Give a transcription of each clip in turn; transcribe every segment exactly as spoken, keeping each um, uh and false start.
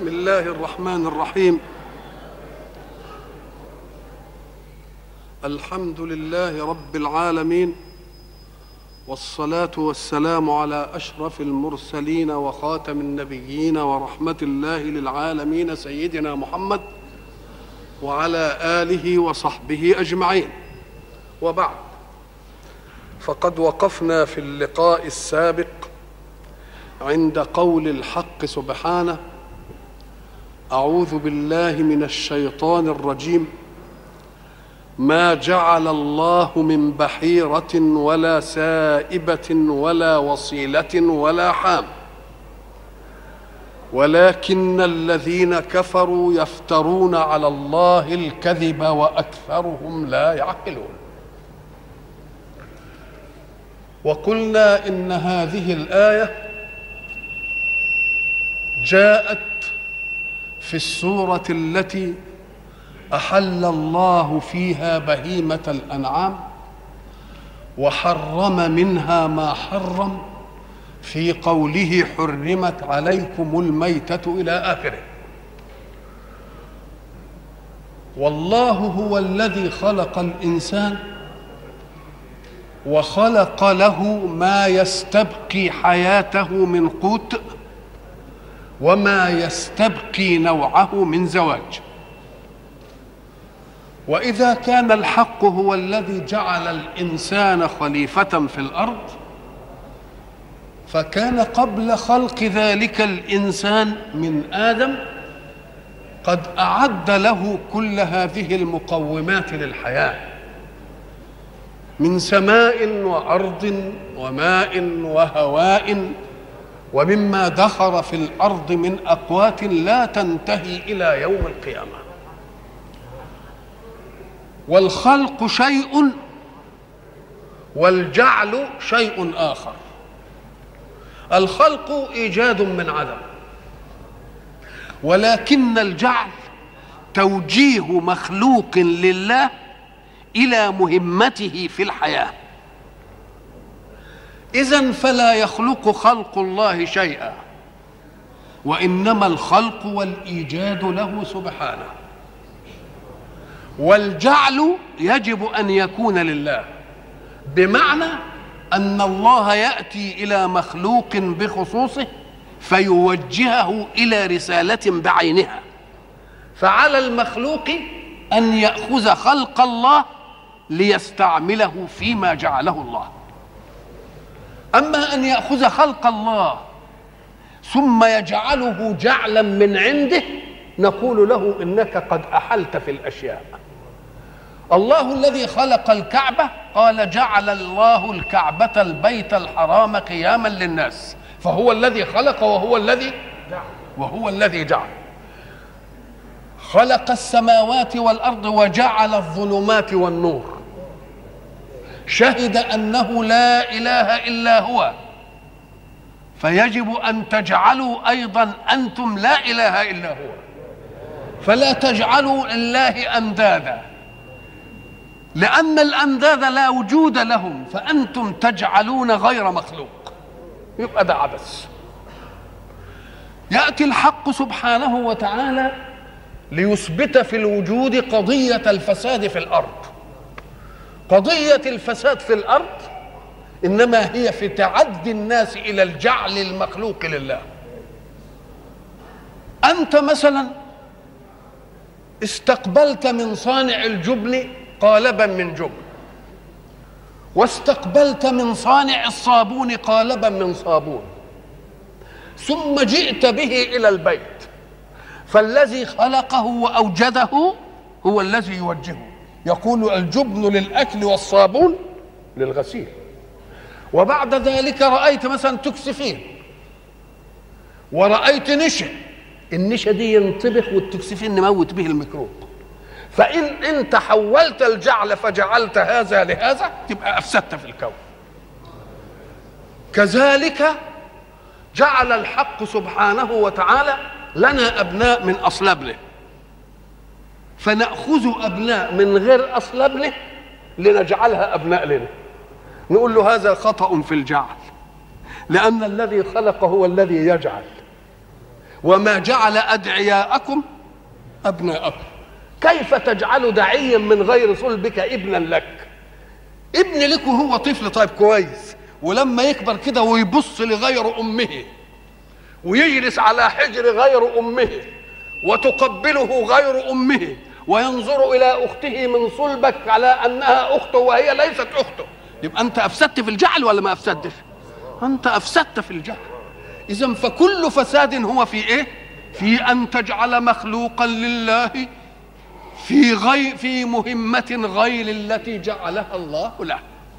بسم الله الرحمن الرحيم. الحمد لله رب العالمين، والصلاة والسلام على أشرف المرسلين وخاتم النبيين ورحمة الله للعالمين سيدنا محمد وعلى آله وصحبه أجمعين. وبعد، فقد وقفنا في اللقاء السابق عند قول الحق سبحانه: أعوذ بالله من الشيطان الرجيم، ما جعل الله من بحيرة ولا سائبة ولا وصيلة ولا حام، ولكن الذين كفروا يفترون على الله الكذب وأكثرهم لا يعقلون. وقلنا إن هذه الآية جاءت في السورة التي أحل الله فيها بهيمة الأنعام وحرم منها ما حرم في قوله: حرمت عليكم الميتة إلى آخره. والله هو الذي خلق الإنسان وخلق له ما يستبقي حياته من قوت وما يستبقي نوعه من زواج. وإذا كان الحق هو الذي جعل الإنسان خليفة في الأرض، فكان قبل خلق ذلك الإنسان من آدم قد أعد له كل هذه المقومات للحياة، من سماء وأرض وماء وهواء ومما دخر في الأرض من أقوات لا تنتهي إلى يوم القيامة. والخلق شيء والجعل شيء آخر. الخلق إيجاد من عدم، ولكن الجعل توجيه مخلوق لله إلى مهمته في الحياة. إذن فلا يخلق خلق الله شيئا، وإنما الخلق والإيجاد له سبحانه. والجعل يجب أن يكون لله، بمعنى أن الله يأتي إلى مخلوق بخصوصه فيوجهه إلى رسالة بعينها، فعلى المخلوق أن يأخذ خلق الله ليستعمله فيما جعله الله. أما أن يأخذ خلق الله ثم يجعله جعلا من عنده، نقول له إنك قد أحلت في الأشياء. الله الذي خلق الكعبة قال: جعل الله الكعبة البيت الحرام قياما للناس، فهو الذي خلق وهو الذي وهو الذي جعل. خلق السماوات والأرض وجعل الظلمات والنور، شهد أنه لا إله إلا هو، فيجب أن تجعلوا أيضا أنتم لا إله إلا هو، فلا تجعلوا لله أندادا، لأن الأنداد لا وجود لهم، فأنتم تجعلون غير مخلوق، يبقى ده عبث. يأتي الحق سبحانه وتعالى ليثبت في الوجود قضية الفساد في الأرض. قضية الفساد في الأرض إنما هي في تعدي الناس إلى الجعل المخلوق لله. أنت مثلا استقبلت من صانع الجبن قالبا من جبن، واستقبلت من صانع الصابون قالبا من صابون، ثم جئت به إلى البيت، فالذي خلقه وأوجده هو الذي يوجهه. يقول: الجبن للأكل والصابون للغسيل. وبعد ذلك رأيت مثلا تكسفين ورأيت نشا، النشا دي ينطبخ والتكسفين نموت به الميكروب. فإن أنت حولت الجعل فجعلت هذا لهذا تبقى أفسدت في الكون. كذلك جعل الحق سبحانه وتعالى لنا أبناء من أصلابه، فنأخذ أبناء من غير أصلابه لنجعلها أبناء لنا. نقول له هذا خطأ في الجعل، لأن الذي خلق هو الذي يجعل، وما جعل أدعياءكم أبناءكم. كيف تجعل داعيا من غير صلبك ابنا لك؟ ابن لك وهو طفل طيب كويس، ولما يكبر كده ويبص لغير أمه ويجلس على حجر غير أمه وتقبله غير أمه وينظر إلى أخته من صلبك على أنها أخته وهي ليست أخته، يبقى أنت أفسدت في الجعل ولا ما أفسدتش؟ أنت أفسدت في الجعل. إذن فكل فساد هو في إيه؟ في أن تجعل مخلوقا لله في غير في مهمة غير التي جعلها الله له.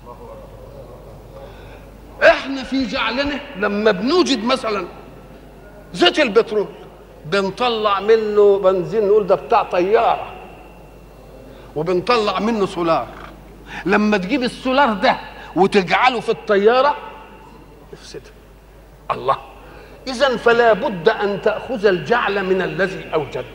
احنا في جعلنا لما بنوجد مثلا زيت البترول بنطلع منه بنزين نقول ده بتاع طيارة، وبنطلع منه سولار. لما تجيب السولار ده وتجعله في الطيارة افسده. الله، إذن فلا بد أن تأخذ الجعل من الذي أوجد.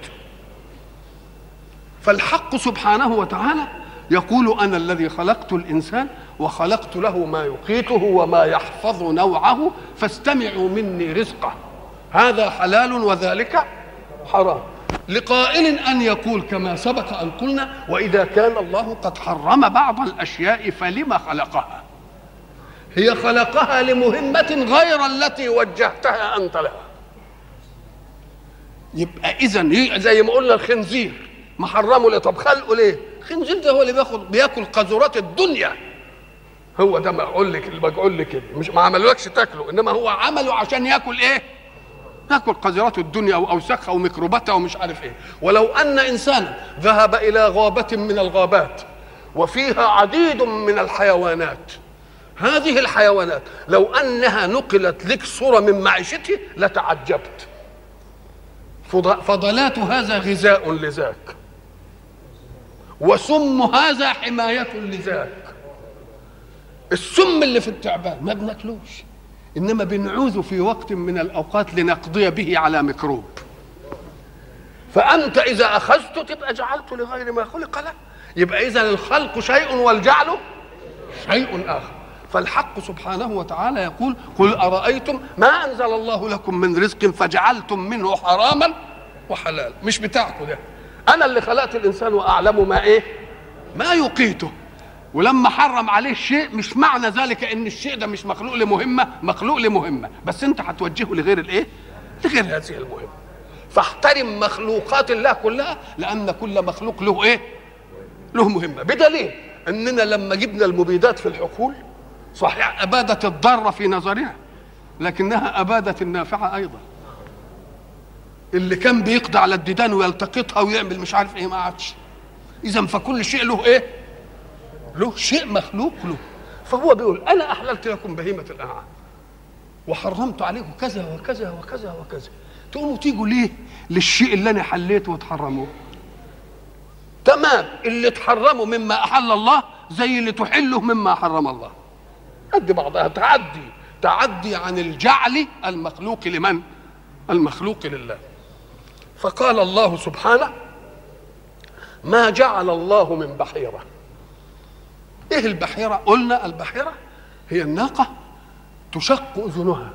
فالحق سبحانه وتعالى يقول أنا الذي خلقت الإنسان وخلقت له ما يقيته وما يحفظ نوعه فاستمعوا مني رزقه، هذا حلال وذلك حرام. لقائل أن يقول كما سبق أن قلنا وإذا كان الله قد حرم بعض الأشياء فلما خلقها؟ هي خلقها لمهمة غير التي وجهتها أنت لها. يبقى إذن زي ما قلنا الخنزير محرمه ليه؟ طب خلقه ليه؟ الخنزير ده هو اللي بياخد بياكل قذورات الدنيا، هو ده ما اقول لك اللي بقول لك كده، مش ما عملوكش تاكله، انما هو عمله عشان ياكل ايه؟ ياكل قذورات الدنيا واوساخها وميكروباتها ومش عارف ايه. ولو ان انسانا ذهب الى غابة من الغابات وفيها عديد من الحيوانات، هذه الحيوانات لو انها نقلت لك صورة من معيشته لتعجبت. فضلات هذا غذاء لذاك، وسم هذا حماية لذاك. السم اللي في التعبان ما بناكلوش، انما بنعوذ في وقت من الاوقات لنقضي به على ميكروب. فانت اذا اخذت تبقى جعلت لغير ما خلق له. يبقى اذا الخلق شيء والجعل شيء اخر. فالحق سبحانه وتعالى يقول قل ارايتم ما انزل الله لكم من رزق فجعلتم منه حراما وحلال. مش بتاعكم ده، انا اللي خلقت الانسان واعلم ما ايه ما يقيته. ولما حرم عليه شيء مش معنى ذلك ان الشيء ده مش مخلوق لمهمه، مخلوق لمهمه، بس انت هتوجهه لغير الايه لغير هذه المهمه. فاحترم مخلوقات الله كلها، لان كل مخلوق له ايه له مهمه. بدليل اننا لما جبنا المبيدات في الحقول صحيح ابادت الضاره في نظرها، لكنها ابادت النافعه ايضا. اللي كان بيقضي على الديدان ويلتقطها ويعمل مش عارف ايه ما عادش. اذا فكل شيء له ايه له شيء مخلوق له. فهو بيقول انا احللت لكم بهيمه الانعام وحرمت عليكم كذا وكذا وكذا وكذا. تقوموا تيجوا ليه للشيء اللي انا حليته وتحرموه؟ تمام، اللي تحرموا مما احل الله زي اللي تحله مما حرم الله، قد بعضها. تعدي تعدي عن الجعل المخلوق لمن؟ المخلوق لله. فقال الله سبحانه ما جعل الله من بحيرة. ايه البحيرة؟ قلنا البحيرة هي الناقة تشق أذنها،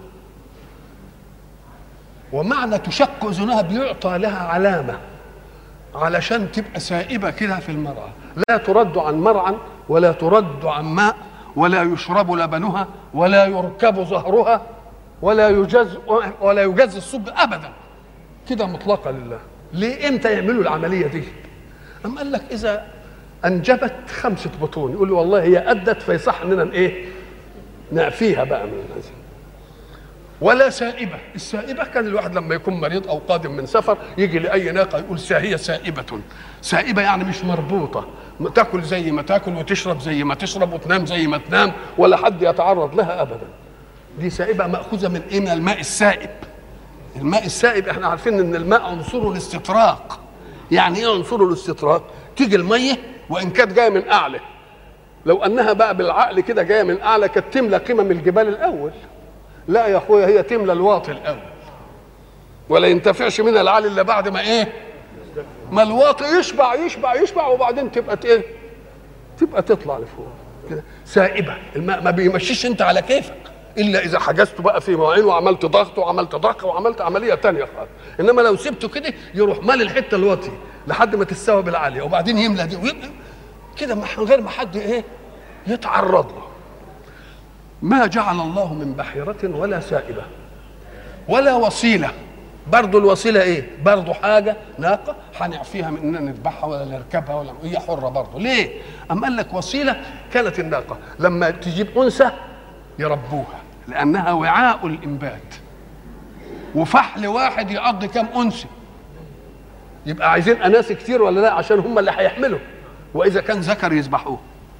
ومعنى تشق أذنها بيعطى لها علامة علشان تبقى سائبة كده في المرعى، لا ترد عن مرعى ولا ترد عن ماء ولا يشرب لبنها ولا يركب ظهرها ولا يجز ولا يجز الصب ابدا، كده مطلقه لله. ليه امتى يعملوا العمليه دي؟ أم قال لك اذا انجبت خمسه بطون يقول له والله هي ادت فيصح اننا ايه نعفيها بقى من هذه. ولا سائبه. السائبه كان الواحد لما يكون مريض او قادم من سفر يجي لاي ناقه يقول هي سائبه. سائبه يعني مش مربوطه، تاكل زي ما تاكل وتشرب زي ما تشرب وتنام زي ما تنام ولا حد يتعرض لها ابدا. دي سائبه ماخوذه من ايه؟ من الماء السائب. الماء السائب احنا عارفين ان الماء عنصره الاستطراق. يعني ايه عنصره الاستطراق؟ تيجي الميه وان كانت جايه من اعلى، لو انها بقى بالعقل كده جايه من اعلى كانت تملى قمم الجبال الاول. لا يا اخويا، هي تملى الواطي الاول ولا ينتفعش منها العالي الا بعد ما ايه ما الواطي يشبع يشبع يشبع وبعدين تبقى ايه تبقى تطلع لفوق كده. سائبه. الماء ما بيمشيش انت على كيفك، الا اذا حجزته بقى في مواعين وعملت ضغط وعملت ضغط وعملت عمليه ثانيه خالص. انما لو سبته كده يروح مال الحته الواطيه لحد ما تستوي بالعاليه وبعدين يملى دي كده من غير ما حد ايه يتعرض له. ما جعل الله من بحيره ولا سائبه ولا وصيله. برضه الوسيله ايه؟ برضه حاجه ناقه هنعفيها من اننا نذبحها ولا نركبها ولا هي حره برضه. ليه؟ أم قال لك وسيله كانت الناقه لما تجيب انثى يربوها لانها وعاء الانبات، وفحل واحد يقضي كام انثى؟ يبقى عايزين اناس كتير ولا لا؟ عشان هم اللي هيحملوا، واذا كان ذكر يذبحوه.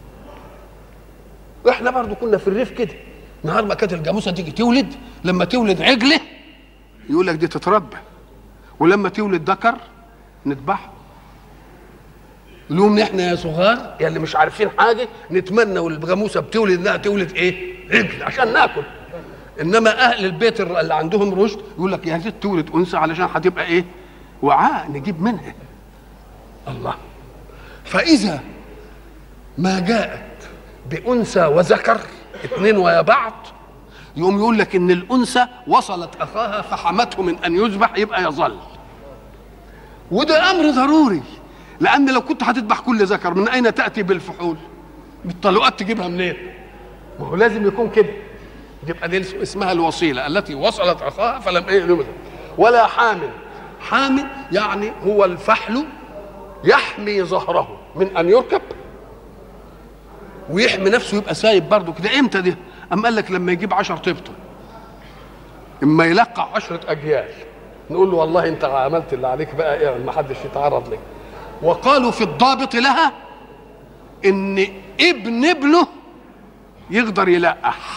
واحنا برضه كنا في الريف كده، نهار ما كانت الجاموسه تيجي تولد، لما تولد عجله يقول لك دي تتربى، ولما تولد ذكر نذبحه. لهم احنا يا صغار يا اللي مش عارفين حاجه نتمنى والجاموسه بتولد انها تولد ايه؟ عجل عشان ناكل. انما اهل البيت اللي عندهم رشد يقول لك يا ريت تولد انثى علشان هتبقى ايه؟ وعاء نجيب منها. الله. فاذا ما جاءت بانثى وذكر اثنين ويا بعض يقوم يقول لك ان الانثى وصلت اخاها فحمته من ان يذبح يبقى يظل. وده امر ضروري، لان لو كنت هتذبح كل ذكر من اين تاتي بالفحول؟ بالطلقات تجيبها منين؟ ما هو لازم يكون كده. تبقى دي اسمها الوصيله التي وصلت اخاها فلم ايه ولا حامل. حامل يعني هو الفحل يحمي ظهره من ان يركب ويحمي نفسه يبقى سايب برضه كده. امتى ده؟ أم قال لك لما يجيب عشر طبطة اما يلقع عشرة اجيال نقول له والله انت عملت اللي عليك بقى ايه ما حدش يتعرض لك. وقالوا في الضابط لها ان ابن ابنه يقدر يلقح،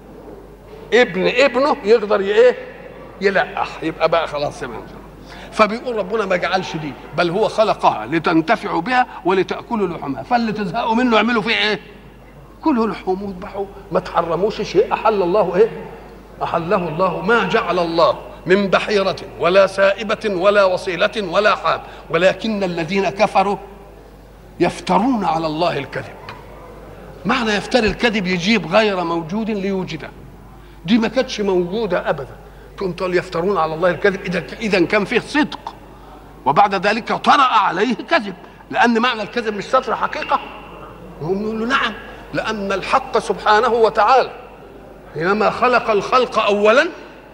ابن ابنه يقدر ايه يلقح، يبقى بقى خلاص سمعنا. فبيقول ربنا ما جعلش دي، بل هو خلقها لتنتفعوا بها ولتأكلوا لحومها، فاللي تزهقوا منه اعملوا فيه ايه؟ كلوا لحوم واذبحوا، ما تحرموش شيء احل الله ايه؟ احله الله. ما جعل الله من بحيرة ولا سائبة ولا وصيلة ولا حام، ولكن الذين كفروا يفترون على الله الكذب. معنى يفتري الكذب يجيب غير موجود ليوجده. دي ما كانتش موجودة ابدا. تقوم تقول يفترون على الله الكذب اذا اذا كان فيه صدق وبعد ذلك طرأ عليه كذب، لان معنى الكذب مش ستر حقيقة. هم يقولوا نعم، لأن الحق سبحانه وتعالى حينما خلق الخلق أولا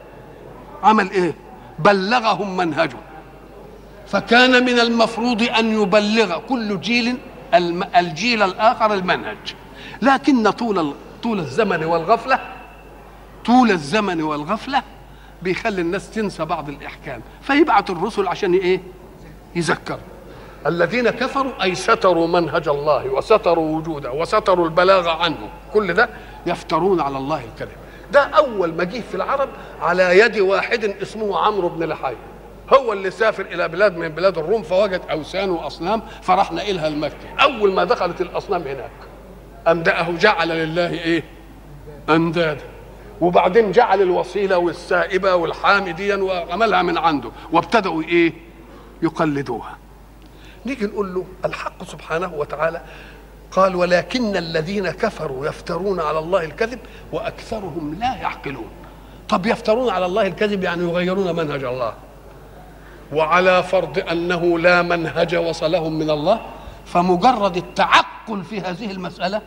عمل إيه؟ بلغهم منهجه، فكان من المفروض أن يبلغ كل جيل الجيل الآخر المنهج. لكن طول طول الزمن والغفلة طول الزمن والغفلة بيخلي الناس تنسى بعض الإحكام، فيبعث الرسل عشان إيه؟ يذكروا. الذين كفروا أي ستروا منهج الله وستروا وجوده وستروا البلاغ عنه، كل ده يفترون على الله الكذب. ده أول ما جه في العرب على يد واحد اسمه عمرو بن لحي، هو اللي سافر إلى بلاد من بلاد الروم فوجد أوثان وأصنام فراح نقلها لمكة. أول ما دخلت الأصنام هناك أمدأه جعل لله إيه؟ أندادا، وبعدين جعل الوصيلة والسائبة والحامديا وعملها من عنده، وابتدأوا إيه؟ يقلدوها. نيجي نقول له الحق سبحانه وتعالى قال ولكن الذين كفروا يفترون على الله الكذب وأكثرهم لا يعقلون. طب يفترون على الله الكذب يعني يغيرون منهج الله، وعلى فرض أنه لا منهج وصلهم من الله فمجرد التعقل في هذه المسألة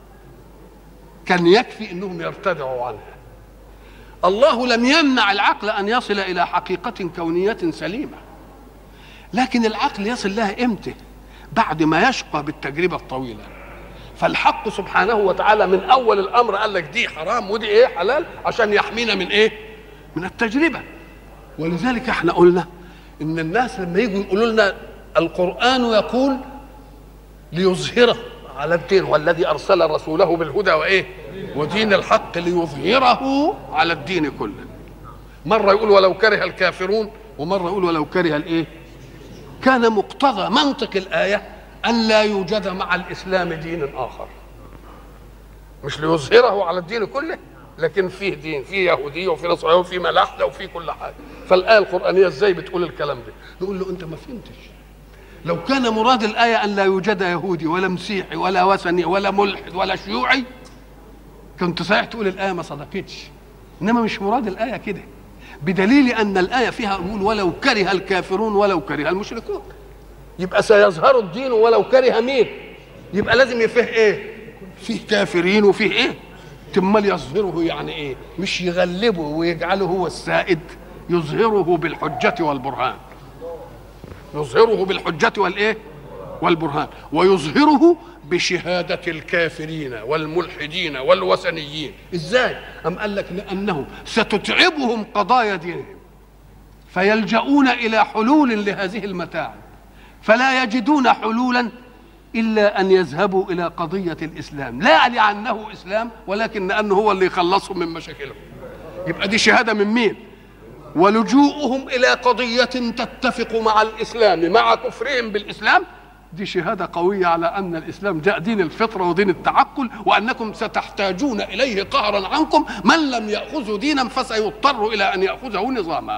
كان يكفي أنهم يرتدعوا عنها. الله لم يمنع العقل أن يصل إلى حقيقة كونية سليمة، لكن العقل يصل لها امتى؟ بعد ما يشقى بالتجربة الطويلة. فالحق سبحانه وتعالى من أول الأمر قال لك دي حرام ودي إيه حلال عشان يحمينا من إيه؟ من التجربة. ولذلك احنا قلنا إن الناس لما يجوا يقولوا لنا القرآن يقول ليظهره على الدين، والذي أرسل رسوله بالهدى وإيه؟ ودين الحق ليظهره على الدين كله. مرة يقول ولو كره الكافرون، ومرة يقول ولو كره الإيه؟ كان مقتضى منطق الآية أن لا يوجد مع الإسلام دين آخر، مش ليظهره على الدين كله، لكن فيه دين، فيه يهودية وفيه نصرانية وفيه ملاحدة وفيه كل حاجة. فالآية القرآنية إزاي بتقول الكلام ده؟ نقول له أنت ما فهمتش. لو كان مراد الآية أن لا يوجد يهودي ولا مسيحي ولا وثني ولا ملحد ولا شيوعي كنت صحيح تقول الآية ما صدقتش، إنما مش مراد الآية كده، بدليل أن الآية فيها يقول ولو كره الكافرون ولو كره المشركون. يبقى سيظهر الدين ولو كره مين؟ يبقى لازم فيه إيه؟ فيه كافرين وفيه إيه؟ تمال يظهره يعني إيه؟ مش يغلبه ويجعله هو السائد، يظهره بالحجة والبرهان. يظهره بالحجة والإيه؟ والبرهان، ويظهره بشهادة الكافرين والملحدين والوثنيين. ازاي؟ أم قال لك لأنه ستتعبهم قضايا دينهم فيلجؤون إلى حلول لهذه المتاعب، فلا يجدون حلولا إلا أن يذهبوا إلى قضية الإسلام، لا لأنه إسلام ولكن لأنه هو اللي يخلصهم من مشاكلهم. يبقى دي شهادة من مين؟ ولجوءهم إلى قضية تتفق مع الإسلام مع كفرهم بالإسلام، دي شهادة قوية على أن الإسلام جاء دين الفطرة ودين التعقل، وأنكم ستحتاجون إليه قهرا عنكم، من لم يأخذه دينا فسيضطر إلى أن يأخذه نظاما.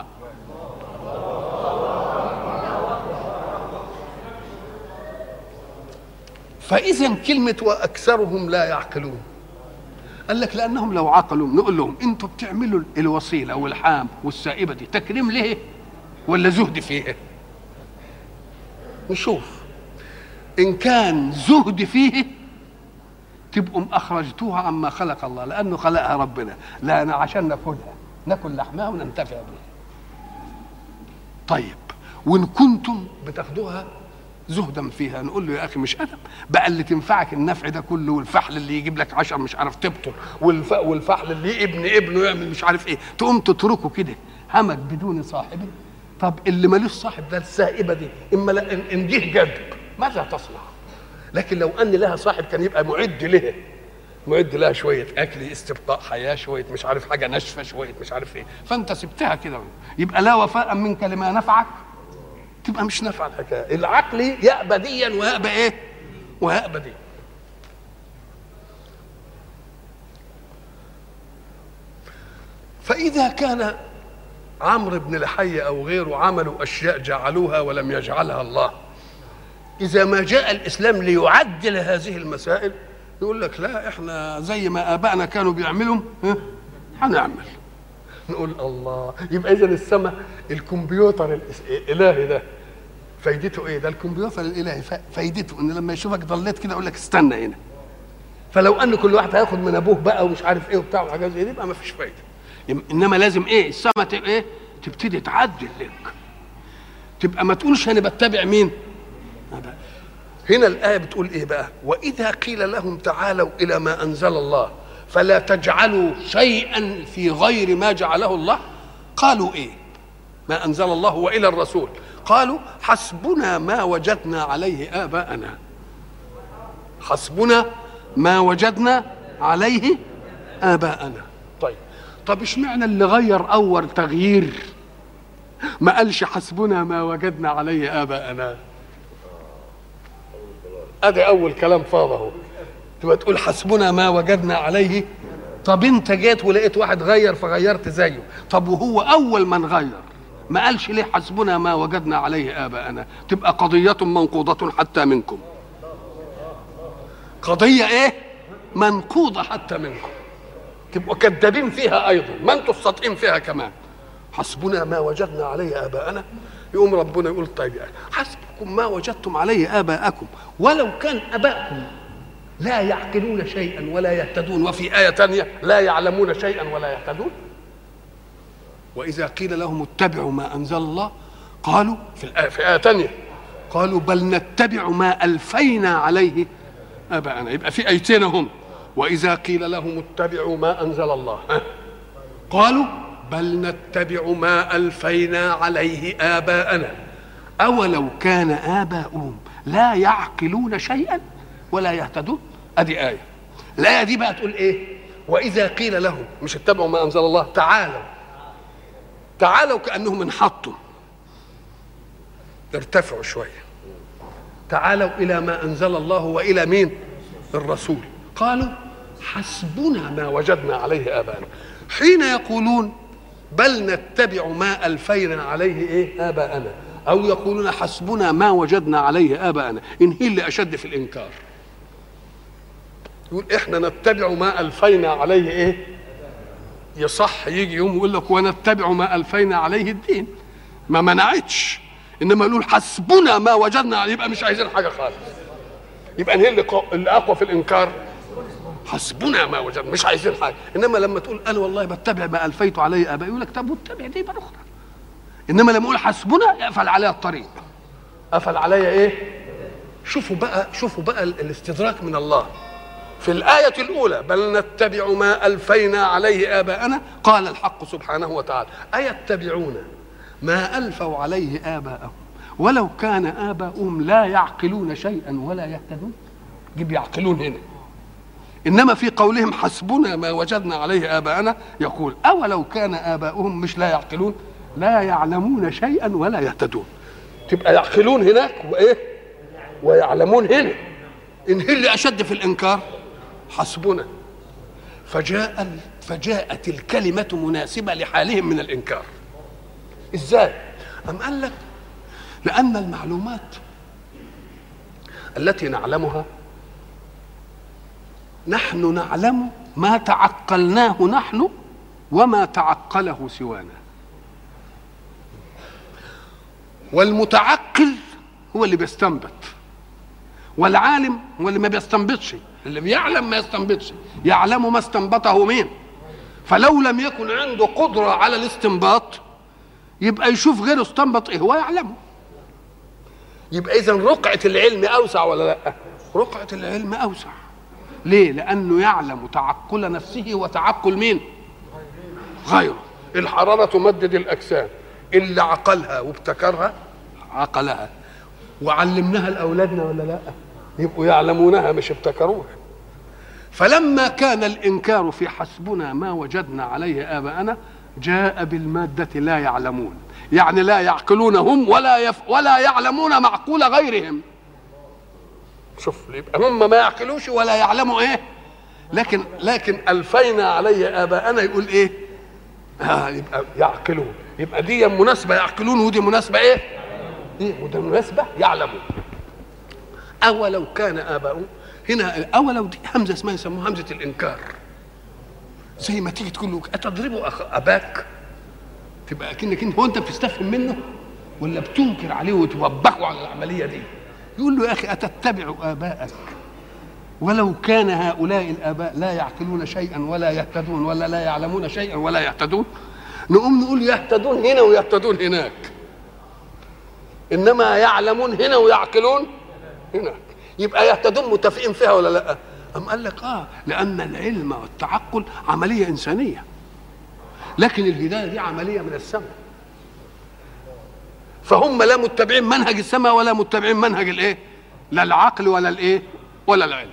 فإذا كلمة وأكثرهم لا يعقلون، قال لك لأنهم لو عقلوا نقول لهم أنتوا بتعملوا الوسيلة والحام والسائبة دي تكريم ليه ولا زهد فيه؟ نشوف إن كان زهد فيه تبقوا أخرجتوها عما خلق الله، لأنه خلقها ربنا لأن عشان ناكلها، ناكل لحمها وننتفع بها. طيب وإن كنتم بتاخدوها زهدا فيها نقول له يا أخي مش أدب بقى، اللي تنفعك النفع ده كله والفحل اللي يجيب لك عشر مش عارف تبطل، والف... والفحل اللي ابن ابنه يعمل مش عارف إيه، تقوم تتركه كده همك بدون صاحب. طب اللي مالوش صاحب ده السائبة دي إما لا إن جه جذب ماذا تصنع؟ لكن لو أن لها صاحب كان يبقى معد لها، معد لها شوية أكل، استبقاء حياة، شوية مش عارف حاجة ناشفة، شوية مش عارف إيه، فأنت سبتها كده، يبقى لا وفاء منك لما نفعك، تبقى مش نافعة الحكاية. العقل يأبى ديا ويأبى إيه؟ ويأبى دي. فإذا كان عمرو بن لحي أو غيره عملوا أشياء جعلوها ولم يجعلها الله، إذا ما جاء الإسلام ليعدل هذه المسائل يقول لك لا إحنا زي ما آبائنا كانوا بيعملوا هنعمل. نقول الله، يبقى إذن السماء الكمبيوتر الإلهي ده فايدته إيه؟ ده الكمبيوتر الإلهي فايدته إن لما يشوفك ضليت كده يقول لك استنى هنا. فلو أن كل واحد هياخد من أبوه بقى ومش عارف إيه وبتاع وحاجات زي دي يبقى ما فيش فايدة. إنما لازم إيه؟ السماء إيه؟ تبتدي تعدل لك، تبقى ما تقولش أنا بتبع مين؟ هنا الآية بتقول إيه بقى؟ وإذا قيل لهم تعالوا إلى ما أنزل الله فلا تجعلوا شيئا في غير ما جعله الله، قالوا إيه؟ ما أنزل الله وإلى الرسول، قالوا حسبنا ما وجدنا عليه آباءنا. حسبنا ما وجدنا عليه آباءنا. طيب طب اشمعنى اللي غير أول تغيير ما قالش حسبنا ما وجدنا عليه آباءنا؟ ادي اول كلام فاضه، تبقى تقول حسبنا ما وجدنا عليه. طب انت جيت ولقيت واحد غير فغيرت زيه، طب وهو اول من غير ما قالش ليه حسبنا ما وجدنا عليه اباءنا؟ تبقى قضيه منقوضه حتى منكم، قضيه ايه؟ منقوضه حتى منكم، تبقوا كذابين فيها ايضا، ما انتوا الصادقين فيها كمان. حسبنا ما وجدنا عليه اباءنا، يقوم ربنا يقول طيب يعني حسبكم ما وجدتم عليه آباءكم ولو كان آباءكم لا يعقلون شيئا ولا يهتدون، وفي آية تانية لا يعلمون شيئا ولا يهتدون. وإذا قيل لهم اتبعوا ما أنزل الله قالوا في الآية في آية تانية قالوا بل نتبع ما ألفينا عليه آباءنا. يبقى في آيتين هم. وإذا قيل لهم اتبعوا ما أنزل الله قالوا بل نتبع ما ألفينا عليه آباءنا أولو كان آباؤهم لا يعقلون شيئا ولا يهتدون. أدي آية. الآية دي بقى تقول إيه؟ وإذا قيل لهم مش اتبعوا ما أنزل الله، تعالوا تعالوا كأنهم انحطوا ارتفعوا شوية، تعالوا إلى ما أنزل الله وإلى مين؟ الرسول. قالوا حسبنا ما وجدنا عليه آباءنا. حين يقولون بل نتبع ما ألفينا عليه إيه؟ آباءنا، أو يقولون حسبنا ما وجدنا عليه آباءنا، إن هي اللي أشد في الإنكار. يقول احنا نتبع ما الفينا عليه ايه؟ يصح يجي يوم يقول لك ونتبع ما الفينا عليه الدين، ما منعتش، انما يقول حسبنا ما وجدنا عليه، يبقى مش عايزين حاجه خالص. يبقى هي اللي اللي اقوى في الانكار، حسبنا ما وجدنا، مش عايزين حاجه. انما لما تقول انا والله بتبع ما الفيت عليه ابائي، يقول لك طب واتبع دي بقى اخرى. انما لما اقول حسبنا يقفل عليها الطريق، قفل عليا ايه؟ شوفوا بقى، شوفوا بقى الاستدراك من الله. في الآية الأولى بل نتبع ما ألفينا عليه آباءنا، قال الحق سبحانه وتعالى أيتبعون ما ألفوا عليه آباءهم ولو كان آباؤهم لا يعقلون شيئا ولا يهتدون. جيب يعقلون هنا. إنما في قولهم حسبنا ما وجدنا عليه آباءنا يقول أولو كان آباؤهم مش لا يعقلون، لا يعلمون شيئا ولا يهتدون. تبقى يعقلون هناك وإيه ويعلمون هنا. إن هي اللي أشد في الإنكار حسبنا، فجاء فجاءت الكلمة مناسبة لحالهم من الإنكار. إزاي؟ أم قال لك لأن المعلومات التي نعلمها نحن نعلم ما تعقلناه نحن وما تعقله سوانا، والمتعقل هو اللي بيستنبط، والعالم هو اللي ما بيستنبطش. اللي بيعلم ما يستنبطش، يعلم ما استنبطه مين. فلو لم يكن عنده قدرة على الاستنباط يبقى يشوف غيره استنبط ايه هو يعلمه. يبقى اذا رقعة العلم اوسع ولا لا؟ رقعة العلم اوسع. ليه؟ لانه يعلم تعقل نفسه وتعقل مين؟ غيره. الحرارة تمدد الاجسام، اللي عقلها وابتكرها عقلها، وعلمناها لاولادنا ولا لا؟ يبقوا يعلمونها مش ابتكروها. فلما كان الانكار في حسبنا ما وجدنا عليه آباءنا جاء بالمادة لا يعلمون، يعني لا يعقلون هم ولا يف ولا يعلمون معقول غيرهم. شوف، يبقى هم ما يعقلوش ولا يعلموا ايه، لكن لكن ألفينا عليه آباءنا يقول ايه؟ آه يبقى يعقلون. يبقى دي مناسبة يعقلون ودي مناسبة ايه؟ دي مناسبة يعلمون. أولو كان آباؤهم، هنا أولو دي همزة اسمها يسموها همزة الإنكار. زي ما تيجي تقول له أتضربوا أخ أباك، تبقى أكنك أنت هو أنت بتستفهم منه ولا بتنكر عليه وتوبخه على العملية دي. يقول له يا أخي أتتبع آباءك ولو كان هؤلاء الآباء لا يعقلون شيئا ولا يهتدون ولا لا يعلمون شيئا ولا يهتدون. نقوم نقول يهتدون هنا ويهتدون هناك، إنما يعلمون هنا ويعقلون هناك. يبقى يهتدون متفقين فيها ولا لا؟ أم قال لك اه لأن العلم والتعقل عملية إنسانية، لكن الهداية دي عملية من السماء. فهم لا متبعين منهج السماء ولا متبعين منهج الايه؟ لا العقل ولا الايه؟ ولا العلم.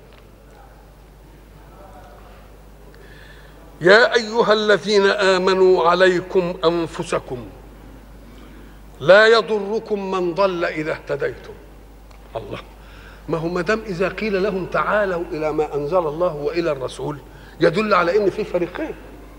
يا أيها الذين آمنوا عليكم أنفسكم لا يضركم من ضل إذا اهتديتم. الله، ما هو ما دام اذا قيل لهم تعالوا الى ما انزل الله والى الرسول يدل على ان في فريقين،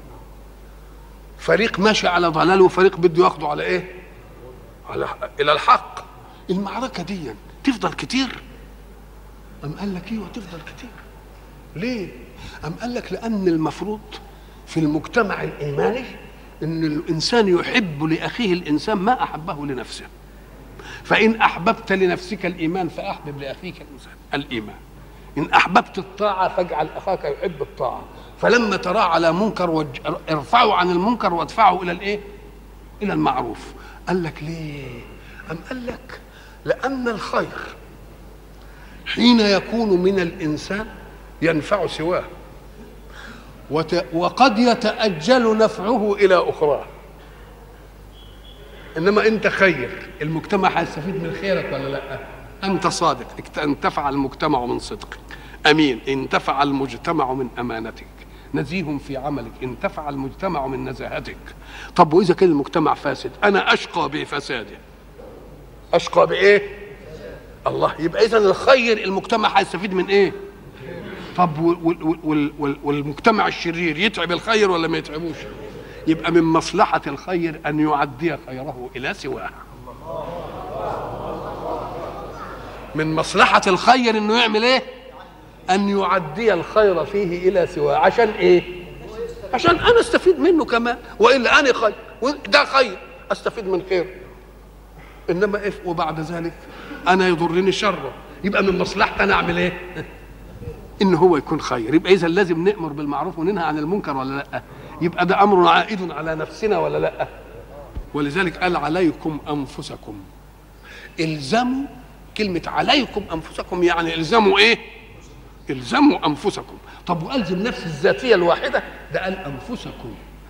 فريق ماشي على ضلال وفريق بده ياخده على ايه؟ على الى الحق. المعركه دي تفضل كتير؟ ام قال لك ايوه تفضل كتير. ليه؟ ام قال لك لان المفروض في المجتمع الايماني ان الانسان يحب لاخيه الانسان ما احبه لنفسه. فإن أحببت لنفسك الإيمان فأحبب لأخيك الإيمان. إن أحببت الطاعة فاجعل أخاك يحب الطاعة. فلما ترى على منكر ارفعوا عن المنكر وادفعوا إلى الإيه؟ إلى المعروف. قال لك ليه؟ أم قال لك لأن الخير حين يكون من الإنسان ينفع سواه، وقد يتأجل نفعه إلى أخرى. انما انت خير، المجتمع هيستفيد من خيرك ولا لا؟ انت صادق انتفع المجتمع من صدقك، امين انتفع المجتمع من امانتك، نزيه في عملك انتفع المجتمع من نزاهتك. طب واذا كان المجتمع فاسد انا اشقى بفساده، اشقى بايه؟ الله. يبقى اذا الخير المجتمع هيستفيد من ايه؟ طب والمجتمع الشرير يتعب الخير ولا ما يتعبوش؟ يبقى من مصلحة الخير أن يعدي خيره إلى سواه. من مصلحة الخير أنه يعمل إيه؟ ان يعدي الخير فيه الى سواه. عشان ايه؟ عشان انا استفيد منه كمان، والا انا خير ده خير استفيد من خير، انما ايه وبعد ذلك انا يضرني شره، يبقى من مصلحتي انا اعمل ايه؟ ان هو يكون خير. يبقى اذا لازم نأمر بالمعروف وننهى عن المنكر ولا لا؟ يبقى ده امر عائد على نفسنا ولا لا؟ ولذلك قال عليكم انفسكم، الزموا. كلمه عليكم انفسكم يعني الزموا ايه؟ الزموا انفسكم. طب والزم نفس الذاتيه الواحده؟ ده قال انفسكم.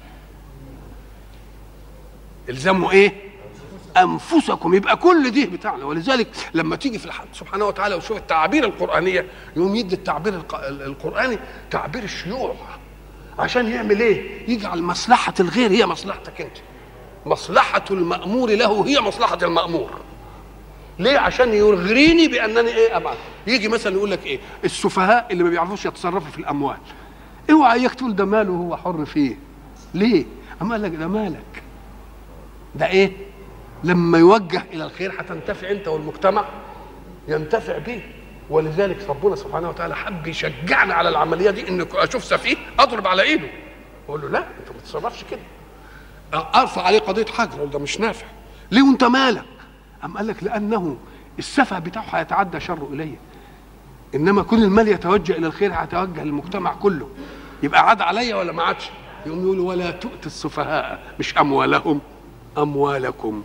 الزموا ايه؟ انفسكم. يبقى كل دي بتاعنا. ولذلك لما تيجي في الحق سبحانه وتعالى وشوف التعابير القرانيه، يقوم يدي التعبير القراني تعبير الشيوع. عشان يعمل ايه؟ يجعل مصلحه الغير هي مصلحتك انت، مصلحه المامور له هي مصلحه المامور. ليه؟ عشان يغريني بانني ايه ابعد. يجي مثلا يقول لك ايه؟ السفهاء اللي ما بيعرفوش يتصرفوا في الاموال، اوعى اياك تقول ده ماله هو حر فيه. ليه؟ اما قال لك ده مالك، ده ايه؟ لما يوجه الى الخير هتنتفع انت والمجتمع ينتفع به. ولذلك ربنا سبحانه وتعالى حب يشجعنا على العمليه دي، ان اشوف سفيه اضرب على ايده اقول له لا انت ما تتصرفش كده، ارفع عليه قضيه حجر اقول ده مش نافع. ليه وانت مالك؟ أم قال لك لانه السفه بتاعه هيتعدى شره اليه، انما كل المال يتوجه الى الخير هيتوجه للمجتمع كله، يبقى عاد عليا ولا ما عادش؟ يقوم يقولوا ولا تؤتوا السفهاء، مش اموالهم، اموالكم.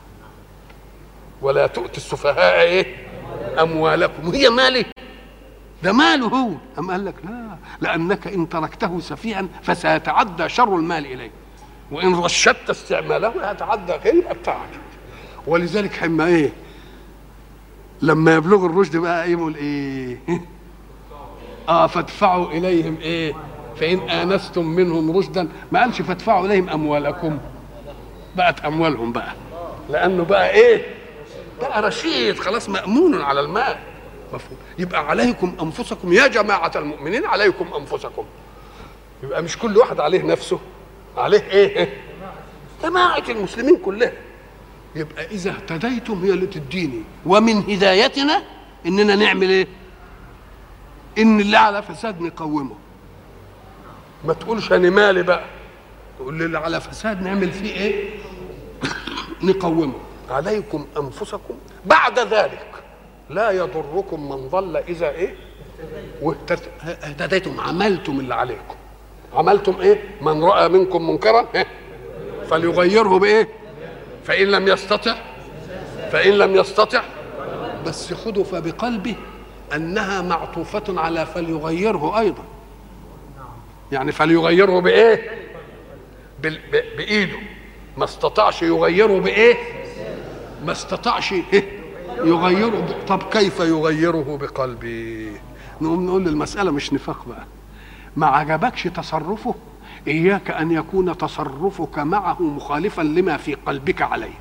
ولا تؤتوا السفهاء ايه؟ اموالكم. وهي مالي؟ ده ماله هو. أم قال لك لا، لانك ان تركته سفيها فسيتعدى شر المال اليه، وان رشدت استعماله هيتعدى غير يبقى بتاعك. ولذلك حما ايه؟ لما يبلغ الرشد بقى يقول ايه؟ اه فادفعوا اليهم ايه؟ فان انستم منهم رشدا. ما قالش فادفعوا اليهم اموالكم، بقت اموالهم بقى، لانه بقى ايه؟ بقى رشيد خلاص، مأمون على المال. مفهوم؟ يبقى عليكم انفسكم يا جماعه المؤمنين، عليكم انفسكم. يبقى مش كل واحد عليه نفسه، عليه ايه؟ جماعه المسلمين كلها. يبقى اذا اهتديتم هي اللي تديني، ومن هدايتنا اننا نعمل ايه؟ ان اللي على فساد نقومه. ما تقولش انا مالي بقى، تقول لي اللي على فساد نعمل فيه ايه؟ نقومه. عليكم انفسكم. بعد ذلك لا يضركم من ضل اذا ايه؟ واهتديتم، عملتم اللي عليكم. عملتم ايه؟ من راى منكم منكرا إيه؟ فليغيره بايه؟ فان لم يستطع فان لم يستطع بس خذوا فبقلبه انها معطوفه على فليغيره ايضا. يعني فليغيره بايه؟ بايده. ما استطاعش يغيره بايه؟ ما استطاعش إيه؟ يغيره ب... طب كيف يغيره بقلبه؟ نقوم نقول المسألة مش نفاق بقى. ما عجبكش تصرفه، إياك أن يكون تصرفك معه مخالفا لما في قلبك عليه.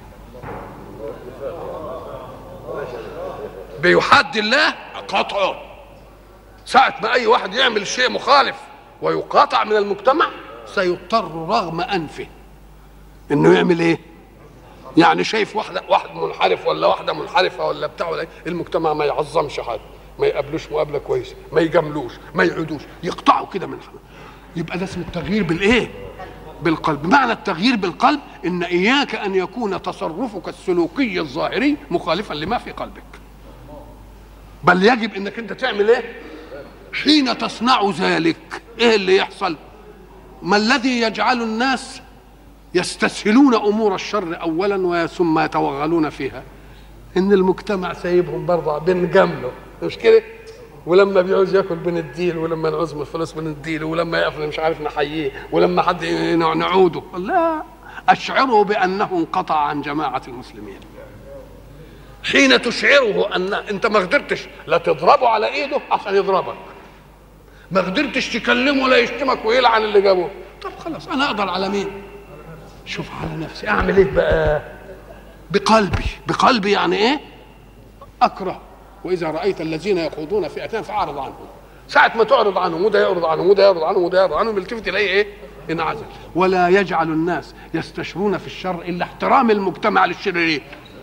بيحد الله قطعه. ساعة ما أي واحد يعمل شيء مخالف ويقاطع من المجتمع سيضطر رغم أنفه إنه يعمل إيه؟ يعني شايف واحدة واحد منحرف ولا واحدة منحرفة ولا بتاع ولا المجتمع ما يعظمش حد، ما يقابلوش مقابلة كويسة، ما يجاملوش، ما يعودوش، يقطعوا كده من حد. يبقى ده اسمه التغيير بالايه؟ بالقلب. معنى التغيير بالقلب ان اياك ان يكون تصرفك السلوكي الظاهري مخالفا لما في قلبك، بل يجب انك انت تعمل ايه؟ حين تصنع ذلك ايه اللي يحصل؟ ما الذي يجعل الناس يستسهلون امور الشر اولا ثم يتوغلون فيها؟ ان المجتمع سايبهم برضه بنجامله، مش كده؟ ولما بيعوز ياكل بنديله، ولما نعوز من الفلوس بنديله، ولما يقفل مش عارف نحييه، ولما حد نعوده. لا، اشعره بانه انقطع عن جماعه المسلمين. حين تشعره ان انت ما قدرتش لا تضربه على ايده عشان يضربك، ما قدرتش تكلمه لا يشتمك ويلعن اللي جابوه، طب خلاص انا اقدر على مين؟ شوف على نفسي اعمل ايه بقى؟ بقلبي. بقلبي يعني ايه؟ اكره. واذا رايت الذين يخوضون في اتان فاعرض عنهم. ساعه ما تعرض عنهم وده يعرض عنهم وده يعرض عنهم وده يعرض عنهم يلتفت اليه ايه؟ انعزل. ولا يجعل الناس يستشرون في الشر الا احترام المجتمع للشريرين.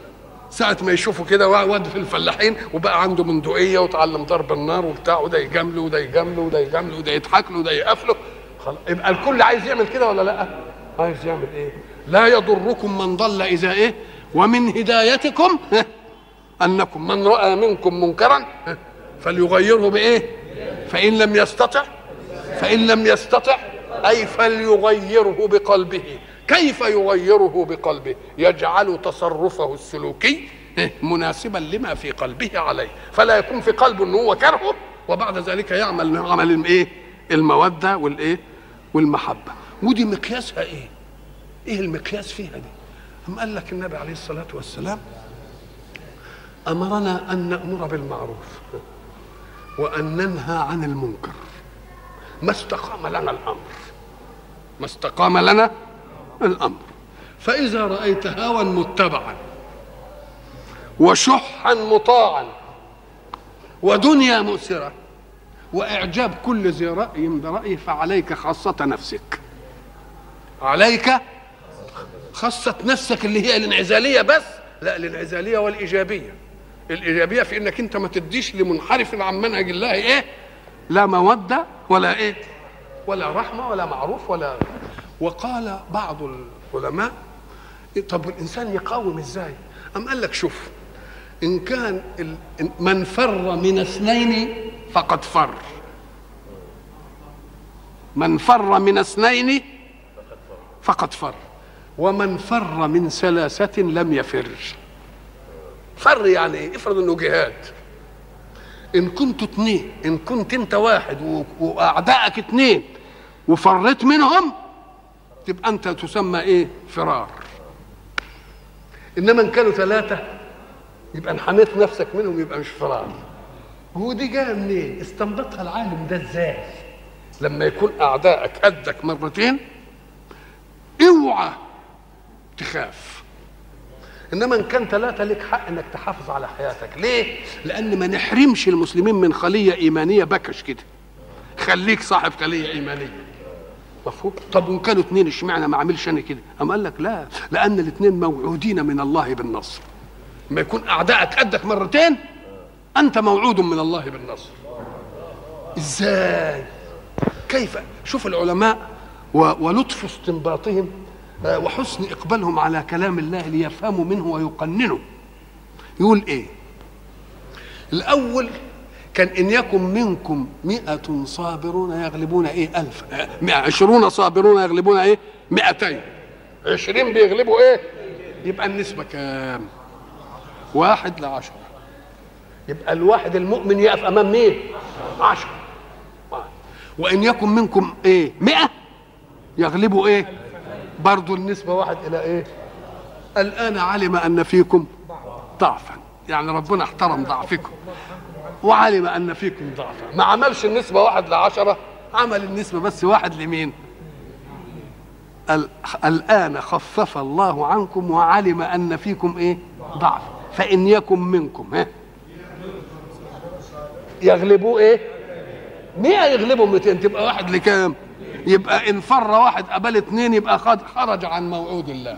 ساعة ما يشوفوا كده واد في الفلاحين وبقى عنده بندقية وتعلم ضرب النار وبتاع، وده يجامله وده يجامله وده يجامله وده يضحك له وده يقفله، خلاص يبقى الكل عايز يعمل كده ولا لا؟ عايز يعمل ايه؟ لا يضركم من ضل اذا ايه؟ ومن هدايتكم انكم من راى منكم منكرا فليغيره بايه؟ فان لم يستطع فان لم يستطع اي فليغيره بقلبه. كيف يغيره بقلبه؟ يجعل تصرفه السلوكي مناسبا لما في قلبه عليه، فلا يكون في قلبه انه هو كرهه وبعد ذلك يعمل عمل الايه؟ الموده والايه؟ والمحبه. ودي مقياسها ايه؟ ايه المقياس فيها دي؟ أم قال لك النبي عليه الصلاه والسلام امرنا ان نامر بالمعروف وان ننهى عن المنكر ما استقام لنا الامر، ما استقام لنا الامر. فاذا رايت هوى متبعا وشحا مطاعا ودنيا مؤثره واعجاب كل ذي راي برايه فعليك خاصه نفسك، عليك خاصه نفسك اللي هي الانعزاليه بس، لا الانعزاليه والايجابيه. الايجابيه في انك انت ما تديش لمنحرف عن منهج الله ايه؟ لا موده ولا ايه؟ ولا رحمه ولا معروف ولا. وقال بعض العلماء طب الانسان يقاوم ازاي؟ أم قال لك شوف، ان كان من فر من اثنين فقد فر، من فر من اثنين فقد فر، ومن فر من ثلاثة لم يفر. فر يعني ايه؟ افرض انه جهاد، ان كنتوا اثنين، ان كنت انت واحد واعدائك اثنين وفريت منهم تبقى انت تسمى ايه؟ فرار. انما ان كانوا ثلاثة يبقى انحميت نفسك منهم يبقى مش فرار. ودي جايه منين؟ استنبطها العالم ده ازاي؟ لما يكون اعدائك قدك مرتين اوعى تخاف، انما ان كان ثلاثه لك حق انك تحافظ على حياتك. ليه؟ لان ما نحرمش المسلمين من خليه ايمانيه بكش كده، خليك صاحب خليه ايمانيه. مفهوم؟ طب وان كانوا اثنين اشمعنى ما عملش انا كده؟ اما قال لك لا، لان الاثنين موعودين من الله بالنصر. لما يكون اعدائك قدك مرتين انت موعود من الله بالنصر. ازاي؟ كيف؟ شوف العلماء ولطف استنباطهم وحسن اقبالهم على كلام الله ليفهموا منه ويقننوا. يقول ايه؟ الاول كان ان يكن منكم مئة صابرون يغلبون ايه؟ ألف. عشرون صابرون يغلبون ايه؟ مئتين. عشرين بيغلبوا ايه؟ يبقى النسبة كام؟ واحد لعشرة. يبقى الواحد المؤمن يقف امام مين؟ عشرة. وان يكن منكم ايه؟ مئة يغلبوا ايه؟ برضو النسبة واحد الى ايه؟ الان علم ان فيكم ضعفا، يعني ربنا احترم ضعفكم وعلم ان فيكم ضعفا، ما عملش النسبة واحد لعشرة، عمل النسبة بس واحد لمين؟ الان خفف الله عنكم وعلم ان فيكم ايه؟ ضعف. فان يكن منكم ها يغلبوا ايه؟ مئة يغلبوا مئتين، تبقى واحد لكام؟ يبقى ان فر واحد قبل اثنين يبقى خرج عن موعود الله.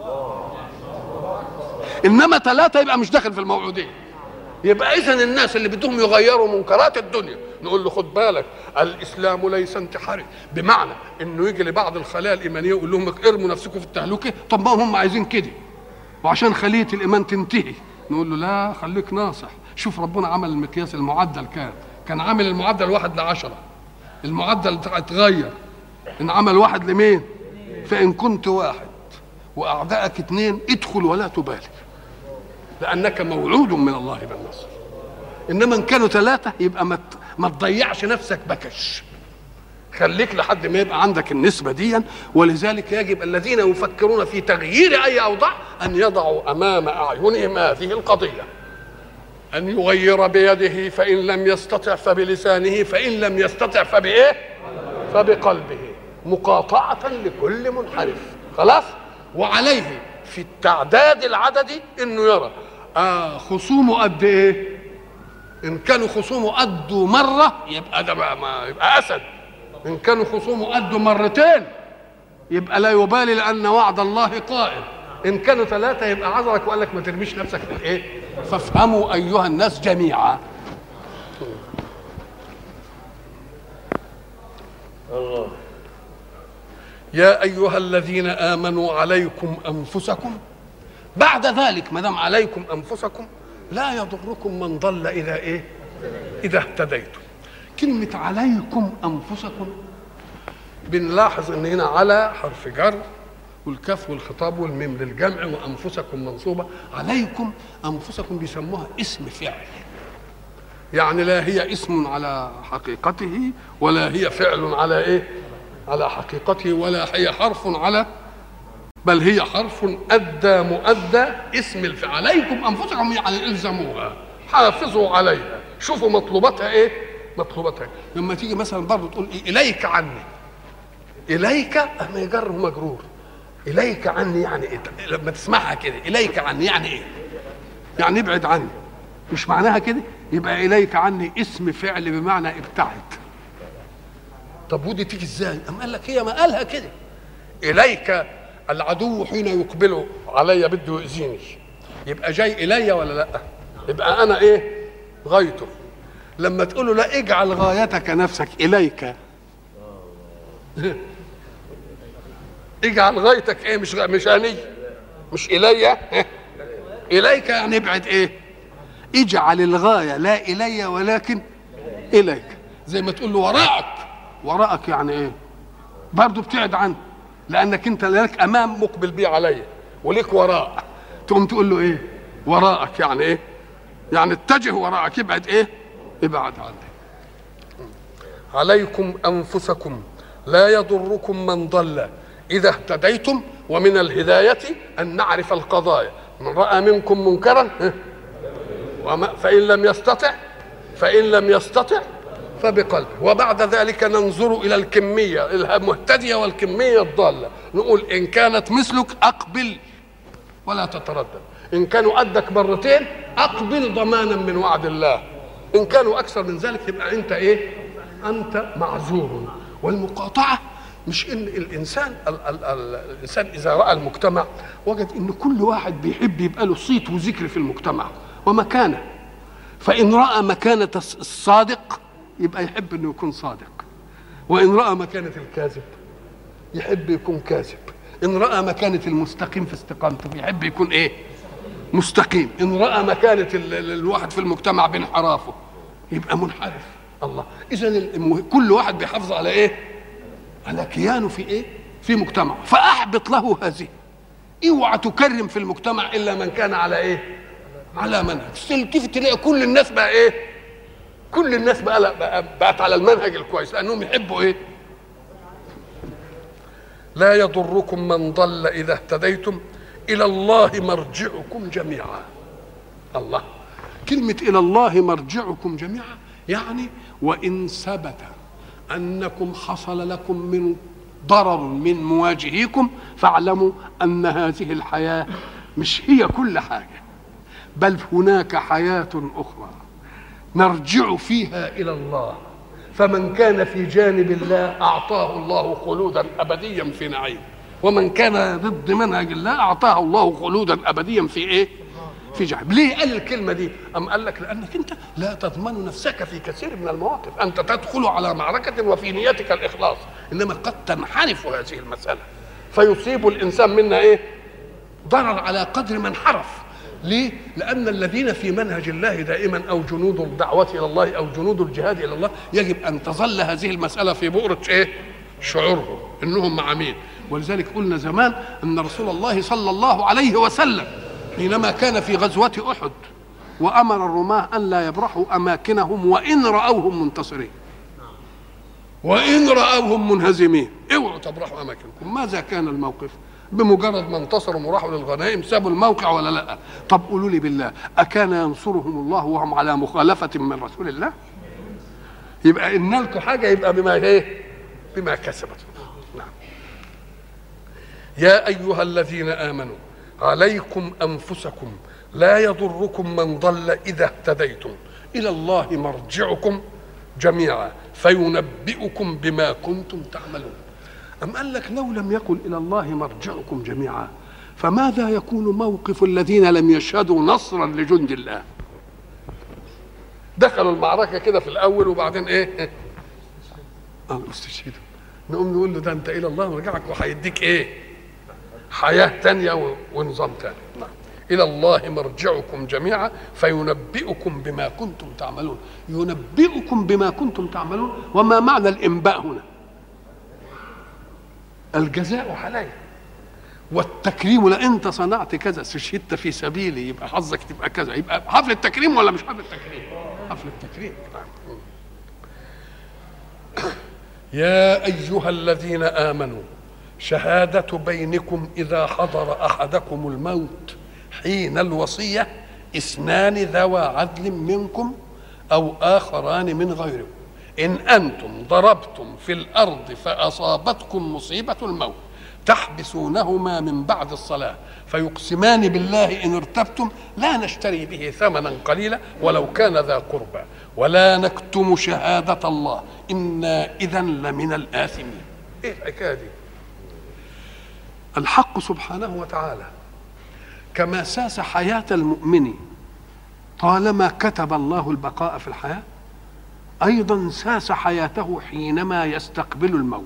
انما ثلاثة يبقى مش داخل في الموعودين. يبقى اذا الناس اللي بدهم يغيروا منكرات الدنيا نقول له خد بالك، الاسلام ليس انتحاري، بمعنى انه يجي لبعض الخلايا الايمانيه ويقول لهم ارموا نفسكم في التهلكه. طب ما هم عايزين كده وعشان خليه الايمان تنتهي نقول له لا خليك ناصح. شوف ربنا عمل المقياس المعدل كان كان عامل المعدل واحد لعشرة، المعدل اتغير ان عمل واحد لمين؟ فان كنت واحد واعدائك اثنين ادخل ولا تبالي لانك موعود من الله بالنصر. انما ان كانوا ثلاثه يبقى ما ما تضيعش نفسك بكش، خليك لحد ما يبقى عندك النسبه دي. ولذلك يجب الذين يفكرون في تغيير اي اوضاع ان يضعوا امام اعينهم هذه القضيه، ان يغير بيده فان لم يستطع فبلسانه فان لم يستطع فبايه؟ فبقلبه، مقاطعه لكل منحرف. خلاص؟ وعليه في التعداد العددي انه يرى آه خصومه قد ايه؟ ان كانوا خصومه قدوا مره يبقى ده بقى ما يبقى اسد، ان كانوا خصومه قدوا مرتين يبقى لا يبالي لان وعد الله قائم، ان كانوا ثلاثه يبقى عذرك وقال لك ما ترميش نفسك في الايه؟ فافهموا ايها الناس جميعا. الله. يا ايها الذين امنوا عليكم انفسكم، بعد ذلك ما دام عليكم انفسكم لا يضركم من ضل اذا ايه؟ اذا اهتديتم. كلمه عليكم انفسكم بنلاحظ ان هنا على حرف جر والكاف والخطاب والميم للجمع وانفسكم منصوبه. عليكم انفسكم بيسموها اسم فعل، يعني لا هي اسم على حقيقته ولا هي فعل على ايه؟ على حقيقته، ولا هي حرف على، بل هي حرف ادى مؤدى اسم الفعل. عليكم انفسكم يعني الزموها، حافظوا عليها، شوفوا مطلوباتها ايه؟ مطلوباتها لما تيجي مثلا برضه تقول إيه؟ اليك عني، اليك اما يجر مجرور، اليك عني يعني إيه؟ لما تسمعها كده اليك عني يعني ايه؟ يعني ابعد عني، مش معناها كده؟ يبقى اليك عني اسم فعل بمعنى ابتعد. طب ودي تيجي ازاي؟ أم قال لك هي ما قالها كده، اليك العدو حين يقبل علي بده يؤذيني، يبقى جاي الي ولا لا؟ يبقى انا ايه؟ غايته. لما تقول له لا اجعل غايتك نفسك اليك، اجعل غايتك ايه؟ مش مش اني، مش الي، اليك يعني ابعد ايه؟ اجعل الغايه لا الي ولكن اليك. زي ما تقول له وراءك، وراءك يعني ايه؟ برضه ابتعد عنه، لانك انت لك امام مقبل بيه عليا وليك وراء، تقوم تقول له ايه؟ وراءك يعني ايه؟ يعني اتجه وراءك، ابعد ايه؟ ابعد عنه. عليكم انفسكم لا يضركم من ضل اذا اهتديتم. ومن الهدايه ان نعرف القضايا. من راى منكم منكرا وما فان لم يستطع فان لم يستطع فبقلبه. وبعد ذلك ننظر الى الكميه المهتديه والكميه الضاله، نقول ان كانت مثلك اقبل ولا تتردد، ان كانوا قدك مرتين اقبل ضمانا من وعد الله، ان كانوا اكثر من ذلك يبقى انت ايه؟ انت معذور. والمقاطعه مش ان الانسان ال ال ال الانسان اذا راى المجتمع وجد ان كل واحد بيحب يبقى له صيت وذكر في المجتمع ومكانه، فان راى مكانه الصادق يبقى يحب انه يكون صادق، وان راى مكانه الكاذب يحب يكون كاذب، ان راى مكانه المستقيم في استقامته يحب يكون ايه؟ مستقيم، ان راى مكانه الواحد في المجتمع بانحرافه يبقى منحرف. الله، اذا كل واحد بيحافظ على ايه؟ على كيانه في ايه؟ في مجتمعه. فاحبط له هذه، اوعى تكرم في المجتمع الا من كان على ايه؟ على منهج. كيف تلاقي كل الناس بقى ايه؟ كل الناس بقى, بقى بقت على المنهج الكويس، لانهم يحبوا ايه؟ لا يضركم من ضل اذا اهتديتم الى الله مرجعكم جميعا. الله، كلمه الى الله مرجعكم جميعا يعني وان ثبت انكم حصل لكم من ضرر من مواجهيكم فاعلموا ان هذه الحياه مش هي كل حاجه، بل هناك حياه اخرى نرجع فيها الى الله. فمن كان في جانب الله اعطاه الله خلودا ابديا في نعيم، ومن كان ضد منهج الله اعطاه الله خلودا ابديا في ايه؟ في جحيم. ليه قال الكلمه دي؟ ام قال لك لانك انت لا تضمن نفسك في كثير من المواقف، انت تدخل على معركه وفي نيتك الاخلاص، انما قد تنحرف هذه المساله فيصيب الانسان منا ايه؟ ضرر على قدر ما انحرف. ليه؟ لأن الذين في منهج الله دائما أو جنود الدعوة إلى الله أو جنود الجهاد إلى الله يجب أن تظل هذه المسألة في بؤرة إيه؟ شعورهم إنهم مع مين. ولذلك قلنا زمان أن رسول الله صلى الله عليه وسلم حينما كان في غزوة أحد وأمر الرماة أن لا يبرحوا أماكنهم وإن رأوهم منتصرين وإن رأوهم منهزمين، اوعوا تبرحوا أماكنكم. ماذا كان الموقف؟ بمجرد ما انتصروا وراحوا للغنائم سابوا الموقع ولا لا؟ طب قولوا لي بالله، أكان ينصرهم الله وهم على مخالفة من رسول الله؟ يبقى إن لكم حاجة يبقى بما ايه؟ بما كسبت. نعم. يا أيها الذين آمنوا عليكم أنفسكم لا يضركم من ضل إذا اهتديتم إلى الله مرجعكم جميعا فينبئكم بما كنتم تعملون. أم قال لك لو لم يقل إلى الله مرجعكم جميعا فماذا يكون موقف الذين لم يشهدوا نصرا لجند الله؟ دخلوا المعركة كده في الأول وبعدين إيه؟ قالوا استشهدوا. نقوم نقول له ده أنت إلى الله مرجعك وهيديك إيه؟ حياة تانية ونظام تاني. إلى الله مرجعكم جميعا فينبئكم بما كنتم تعملون. ينبئكم بما كنتم تعملون. وما معنى الإنباء هنا؟ الجزاء عليه والتكريم. لا انت صنعت كذا استشهدت في سبيلي يبقى حظك تبقى كذا. يبقى حفل التكريم ولا مش حفل التكريم؟ حفل التكريم. يا ايها الذين امنوا شهادة بينكم اذا حضر احدكم الموت حين الوصية اثنان ذوى عدل منكم او اخران من غيركم ان انتم ضربتم في الارض فاصابتكم مصيبة الموت تحبسونهما من بعد الصلاة فيقسمان بالله إن ارتبتم لا نشتري به ثمنا قليلا ولو كان ذا قربى ولا نكتم شهادة الله إنا إذا لمن الآثمين. إيه الحكاية دي؟ الحق سبحانه وتعالى كما ساس حياة المؤمن طالما كتب الله البقاء في الحياة أيضا ساس حياته حينما يستقبل الموت.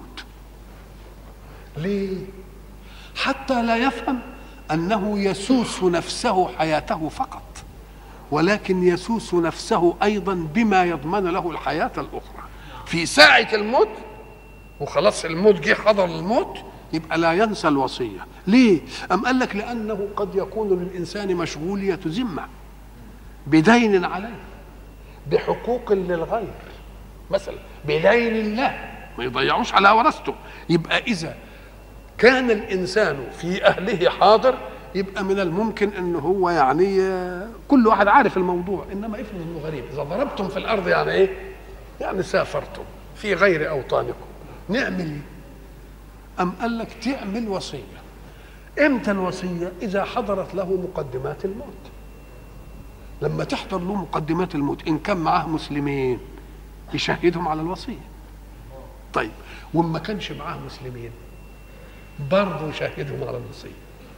ليه؟ حتى لا يفهم أنه يسوس نفسه حياته فقط ولكن يسوس نفسه أيضا بما يضمن له الحياة الأخرى في ساعة الموت. وخلاص الموت جه حضر الموت يبقى لا ينسى الوصية. ليه؟ أم قال لك لأنه قد يكون للإنسان مشغولية ذمة بدين عليه بحقوق للغير مثلا بدين الله ما يضيعوش على ورثته. يبقى إذا كان الإنسان في أهله حاضر يبقى من الممكن أنه هو يعني كل واحد عارف الموضوع. إنما افرض أنه غريب إذا ضربتم في الأرض يعني إيه؟ يعني سافرتم في غير أوطانكم نعمل إيه؟ أم قال لك تعمل وصية. إمتى الوصية؟ إذا حضرت له مقدمات الموت. لما تحضر له مقدمات الموت إن كان معاه مسلمين يشهدهم على الوصية. طيب وما كانش معاه مسلمين برضه يشهدهم على الوصية.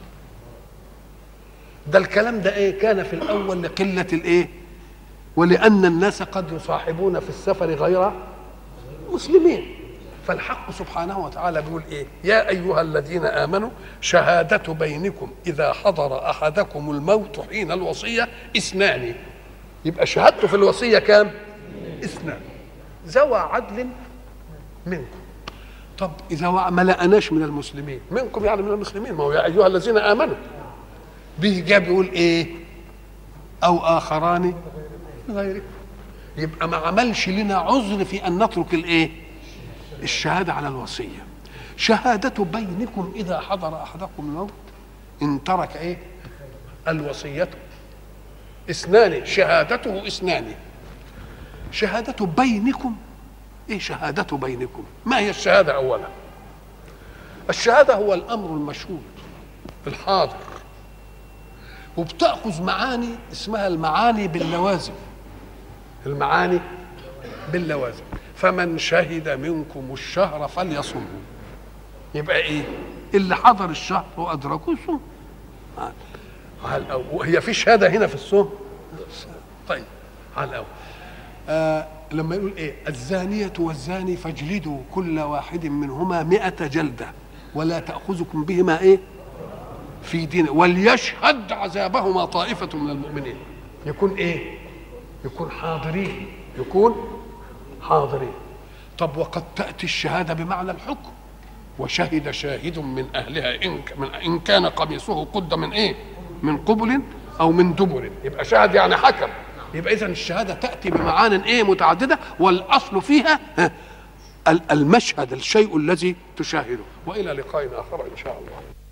ده الكلام ده ايه؟ كان في الاول لقلة الايه؟ ولان الناس قد يصاحبون في السفر غير مسلمين. فالحق سبحانه وتعالى بيقول ايه؟ يا ايها الذين امنوا شهادة بينكم اذا حضر احدكم الموت حين الوصية اثنان. يبقى شهادته في الوصية كام؟ اثنان ذوى عدل منكم. طب اذا ما لقناش من المسلمين منكم يعني من المسلمين ما هو يا ايها الذين امنوا به جاب يقول ايه؟ او اخران غيركم. يبقى ما عملش لنا عذر في ان نترك الايه؟ الشهاده على الوصيه. شهاده بينكم اذا حضر احدكم الموت ان ترك ايه؟ الوصيه اثنان شهادته اثنان. شهاده بينكم ايه؟ شهادة بينكم. ما هي الشهادة اولا؟ الشهادة هو الامر المشهود الحاضر وبتأخذ معاني اسمها المعاني باللوازم. المعاني باللوازم. فمن شهد منكم الشهر فليصمه. يبقى ايه؟ اللي حضر الشهر وادركه الصوم. هي في شهادة هنا في الصوم؟ طيب على الاول آه لما يقول ايه؟ الزانية والزاني فاجلدوا كل واحد منهما مئة جلدة ولا تأخذكم بهما ايه؟ في دين وليشهد عذابهما طائفة من المؤمنين. يكون ايه؟ يكون حاضرين. يكون حاضرين. طب وقد تأتي الشهادة بمعنى الحكم. وشهد شاهد من أهلها إن إن كان قميصه قد من ايه؟ من قبل أو من دبر. يبقى شهد يعني حكم. يبقى إذن الشهادة تأتي بمعان إيه؟ متعددة والأصل فيها المشهد الشيء الذي تشاهده. وإلى لقاء آخر إن شاء الله.